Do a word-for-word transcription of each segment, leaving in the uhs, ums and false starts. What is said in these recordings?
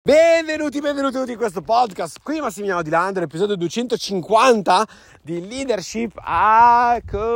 Benvenuti, benvenuti in questo podcast. Qui Massimiliano Di Landro, episodio duecentocinquanta di Leadership a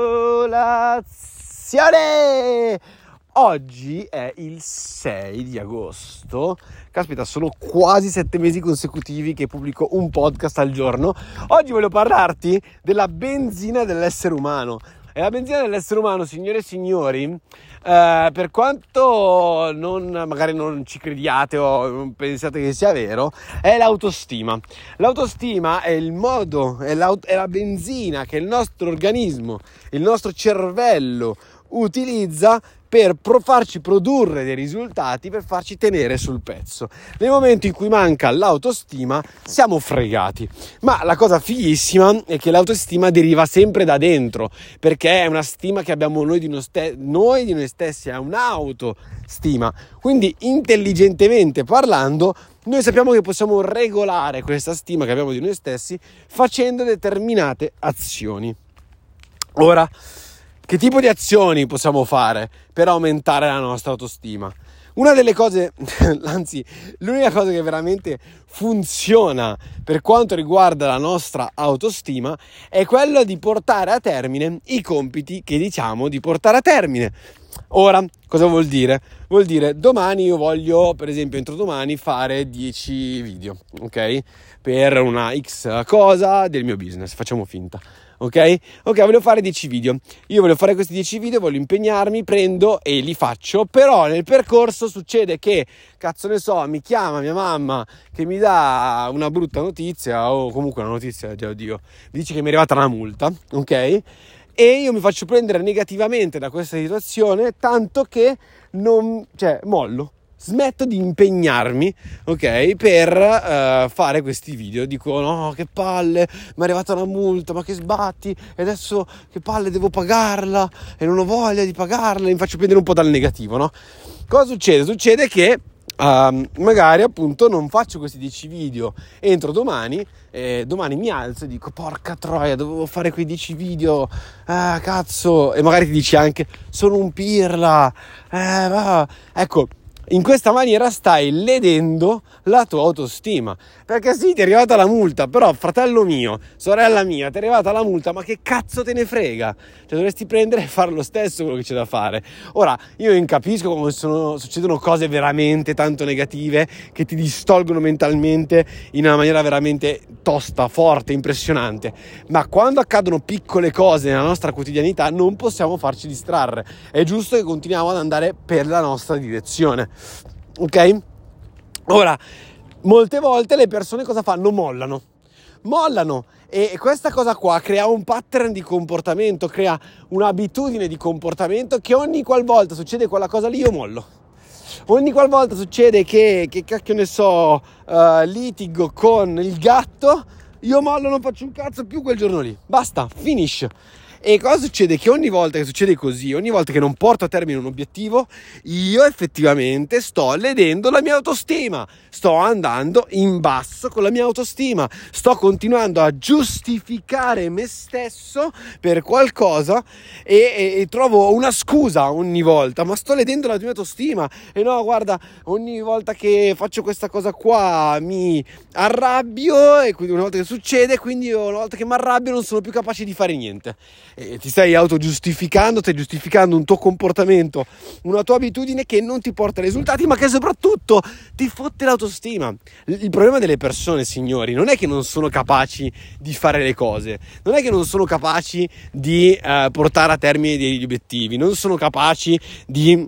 colazione. Oggi è il sei di agosto. Caspita, sono quasi sette mesi consecutivi che pubblico un podcast al giorno. Oggi voglio parlarti della benzina dell'essere umano. E la benzina dell'essere umano, signore e signori, eh, per quanto non, magari non ci crediate o non pensiate che sia vero, è l'autostima. L'autostima è il modo, è, è la benzina che il nostro organismo, il nostro cervello utilizza per pro- farci produrre dei risultati, per farci tenere sul pezzo. Nel momento in cui manca l'autostima siamo fregati. Ma la cosa fighissima è che l'autostima deriva sempre da dentro, perché è una stima che abbiamo noi di noi, ste- noi di noi stessi, è un'autostima. Quindi intelligentemente parlando, noi sappiamo che possiamo regolare questa stima che abbiamo di noi stessi facendo determinate azioni. Ora, che tipo di azioni possiamo fare per aumentare la nostra autostima? Una delle cose, anzi, l'unica cosa che veramente funziona per quanto riguarda la nostra autostima è quella di portare a termine i compiti che diciamo di portare a termine. Ora, cosa vuol dire? Vuol dire domani io voglio, per esempio entro domani, fare dieci video, ok? Per una X cosa del mio business, facciamo finta. Ok? Ok, voglio fare dieci video. Io voglio fare questi dieci video, voglio impegnarmi, prendo e li faccio. Però nel percorso succede che, cazzo ne so, mi chiama mia mamma che mi dà una brutta notizia, o comunque una notizia, già oddio, mi dice che mi è arrivata una multa, ok? E io mi faccio prendere negativamente da questa situazione, tanto che non, cioè, mollo. Smetto di impegnarmi, ok, per uh, fare questi video. Dico, no, che palle, mi è arrivata una multa, ma che sbatti, e adesso che palle, devo pagarla, e non ho voglia di pagarla, e mi faccio prendere un po' dal negativo, no? Cosa succede? Succede che uh, magari appunto non faccio questi dieci video entro domani, e domani mi alzo e dico, porca troia, dovevo fare quei dieci video, ah, cazzo, e magari ti dici anche, sono un pirla, eh, va, ecco. In questa maniera stai ledendo la tua autostima, perché sì, ti è arrivata la multa, però fratello mio, sorella mia, ti è arrivata la multa, ma che cazzo te ne frega? Cioè dovresti prendere e fare lo stesso quello che c'è da fare. Ora, io non capisco come sono, succedono cose veramente tanto negative che ti distolgono mentalmente in una maniera veramente tosta, forte, impressionante, ma quando accadono piccole cose nella nostra quotidianità non possiamo farci distrarre. È giusto che continuiamo ad andare per la nostra direzione. Ok? Ora, molte volte le persone cosa fanno? Mollano. Mollano e questa cosa qua crea un pattern di comportamento, crea un'abitudine di comportamento che ogni qualvolta succede quella cosa lì io mollo. Ogni qualvolta succede che, che cacchio ne so, uh, litigo con il gatto, io mollo, non faccio un cazzo più quel giorno lì. Basta, finish. E cosa succede? Che ogni volta che succede così, ogni volta che non porto a termine un obiettivo, io effettivamente sto ledendo la mia autostima, sto andando in basso con la mia autostima, sto continuando a giustificare me stesso per qualcosa e, e, e trovo una scusa ogni volta, ma sto ledendo la mia autostima. E no, guarda, ogni volta che faccio questa cosa qua mi arrabbio, e quindi una volta che succede, quindi io una volta che mi arrabbio non sono più capace di fare niente. E ti stai autogiustificando, stai giustificando un tuo comportamento, una tua abitudine che non ti porta ai risultati, ma che soprattutto ti fotte l'autostima. Il problema delle persone, signori, non è che non sono capaci di fare le cose, non è che non sono capaci di eh, portare a termine degli obiettivi, non sono capaci di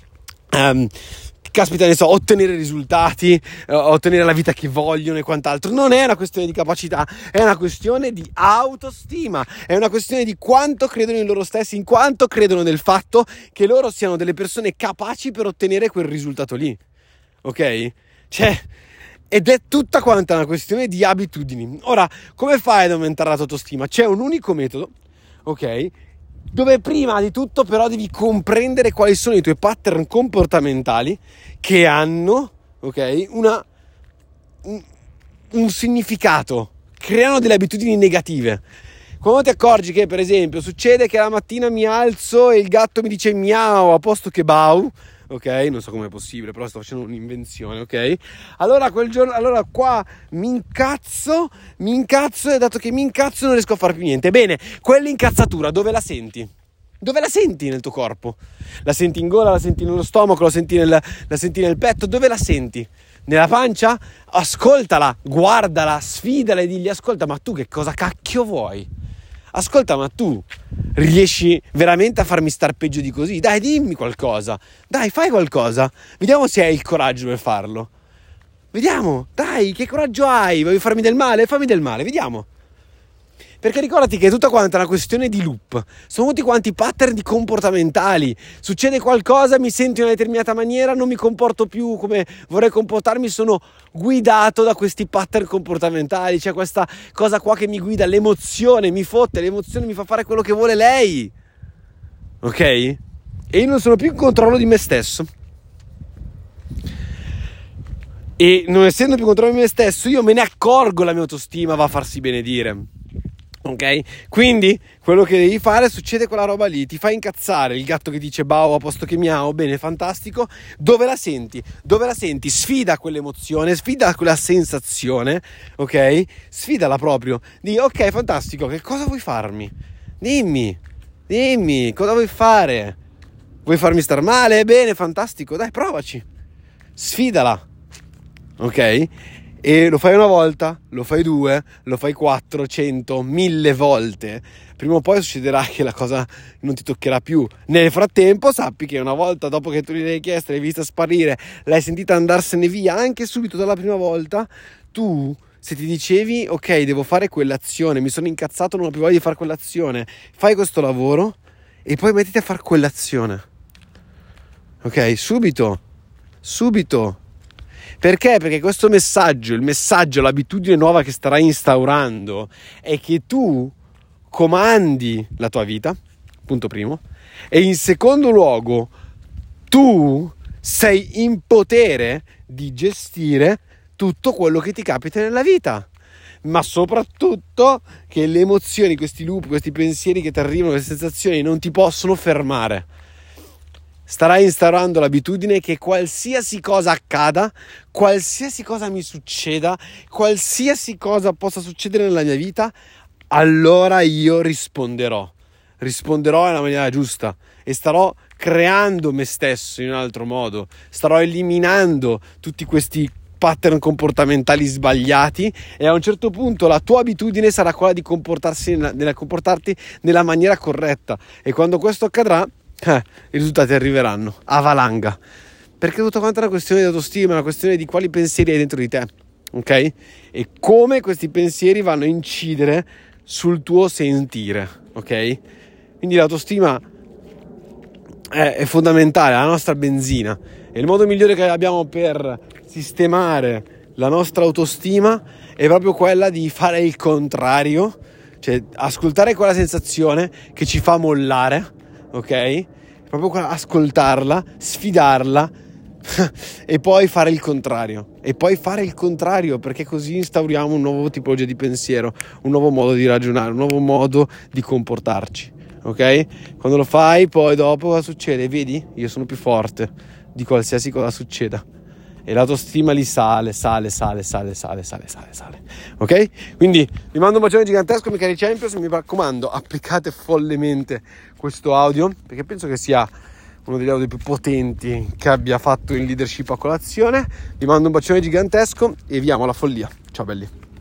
um, caspita, ne so, ottenere risultati, eh, ottenere la vita che vogliono e quant'altro. Non è una questione di capacità, è una questione di autostima, è una questione di quanto credono in loro stessi, in quanto credono nel fatto che loro siano delle persone capaci per ottenere quel risultato lì, ok? Cioè, ed è tutta quanta una questione di abitudini. Ora, come fai ad aumentare la tua autostima? C'è un unico metodo, ok? Dove prima di tutto però devi comprendere quali sono i tuoi pattern comportamentali che hanno, ok, una, un, un significato, creano delle abitudini negative. Quando ti accorgi che, per esempio, succede che la mattina mi alzo e il gatto mi dice miau a posto che bau, ok? Non so come è possibile, però sto facendo un'invenzione, ok? Allora quel giorno, allora qua mi incazzo, mi incazzo e dato che mi incazzo non riesco a fare più niente. Bene, quell'incazzatura dove la senti? Dove la senti nel tuo corpo? La senti in gola, la senti nello stomaco, la senti nel, la senti nel petto? Dove la senti? Nella pancia? Ascoltala, guardala, sfidala e digli: ascolta, ma tu che cosa cacchio vuoi? Ascolta, ma tu riesci veramente a farmi star peggio di così? Dai, dimmi qualcosa. Dai, fai qualcosa. Vediamo se hai il coraggio per farlo. Vediamo, dai, che coraggio hai? Vuoi farmi del male? Fammi del male, vediamo. Perché ricordati che è tutta quanta una questione di loop. Sono tutti quanti pattern di comportamentali. Succede qualcosa, mi sento in una determinata maniera, non mi comporto più come vorrei comportarmi, sono guidato da questi pattern comportamentali. C'è questa cosa qua che mi guida, l'emozione mi fotte, l'emozione mi fa fare quello che vuole lei. Ok? E io non sono più in controllo di me stesso. E non essendo più in controllo di me stesso, io me ne accorgo, la mia autostima va a farsi benedire. Ok? Quindi quello che devi fare, succede quella roba lì, ti fa incazzare il gatto che dice bau a posto che miau, bene, fantastico. Dove la senti? Dove la senti? Sfida quell'emozione, sfida quella sensazione, ok? Sfidala proprio. Di ok, fantastico, che cosa vuoi farmi? Dimmi, dimmi, cosa vuoi fare? Vuoi farmi star male? Bene, fantastico, dai, provaci. Sfidala, ok? E lo fai una volta, lo fai due, lo fai quattro, cento, mille volte. Prima o poi succederà che la cosa non ti toccherà più. Nel frattempo sappi che una volta dopo che tu gliel'hai chiesto, l'hai vista sparire, l'hai sentita andarsene via anche subito dalla prima volta, tu, se ti dicevi ok, devo fare quell'azione, mi sono incazzato, non ho più voglia di fare quell'azione, fai questo lavoro e poi mettiti a fare quell'azione. Ok, subito, subito. Perché? Perché questo messaggio, il messaggio, l'abitudine nuova che starai instaurando è che tu comandi la tua vita, punto primo, e in secondo luogo tu sei in potere di gestire tutto quello che ti capita nella vita, ma soprattutto che le emozioni, questi loop, questi pensieri che ti arrivano, queste sensazioni non ti possono fermare. Starai instaurando l'abitudine che qualsiasi cosa accada, qualsiasi cosa mi succeda, qualsiasi cosa possa succedere nella mia vita, allora io risponderò. Risponderò nella maniera giusta e starò creando me stesso in un altro modo. Starò eliminando tutti questi pattern comportamentali sbagliati e a un certo punto la tua abitudine sarà quella di comportarsi nella, nella, comportarti nella maniera corretta. E quando questo accadrà, Eh, i risultati arriveranno a valanga, perché è tutta quanta una questione di autostima, una questione di quali pensieri hai dentro di te, ok? E come questi pensieri vanno a incidere sul tuo sentire, ok? Quindi l'autostima è, è fondamentale, è la nostra benzina, e il modo migliore che abbiamo per sistemare la nostra autostima è proprio quella di fare il contrario, cioè ascoltare quella sensazione che ci fa mollare, ok? Proprio quella, ascoltarla, sfidarla e poi fare il contrario. E poi fare il contrario, perché così instauriamo un nuovo tipologia di pensiero, un nuovo modo di ragionare, un nuovo modo di comportarci, ok? Quando lo fai, poi dopo cosa succede? Vedi? Io sono più forte di qualsiasi cosa succeda. E l'autostima lì sale, sale, sale, sale, sale, sale, sale, sale. Ok? Quindi vi mando un bacione gigantesco, miei cari Champions. Mi raccomando, applicate follemente questo audio, perché penso che sia uno degli audio più potenti che abbia fatto in leadership a colazione. Vi mando un bacione gigantesco e vi amo alla follia. Ciao belli.